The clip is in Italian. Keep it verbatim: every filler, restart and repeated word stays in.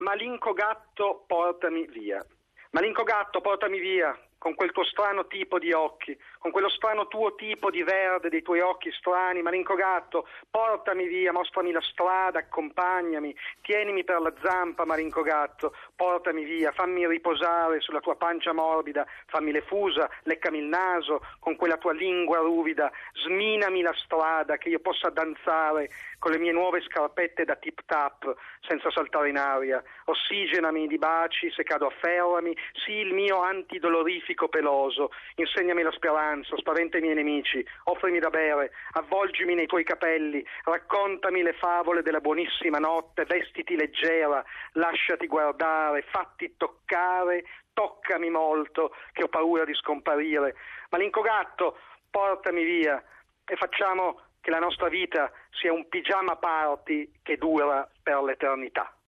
Malinco gatto, portami via. Malinco gatto, portami via, con quel tuo strano tipo di occhi, con quello strano tuo tipo di verde dei tuoi occhi strani. Malinco gatto, portami via, mostrami la strada, accompagnami, tienimi per la zampa, malinco gatto, portami via, fammi riposare sulla tua pancia morbida, fammi le fusa, leccami il naso con quella tua lingua ruvida, sminami la strada, che io possa danzare con le mie nuove scarpette da tip tap senza saltare in aria, ossigenami di baci, se cado afferrami, sì il mio antidolorifico peloso, insegnami la speranza, spaventa i miei nemici, offrimi da bere, avvolgimi nei tuoi capelli, raccontami le favole della buonissima notte, vestiti leggera, lasciati guardare, fatti toccare, toccami molto, che ho paura di scomparire. Malinco gatto, portami via e facciamo che la nostra vita sia un pigiama party che dura per l'eternità.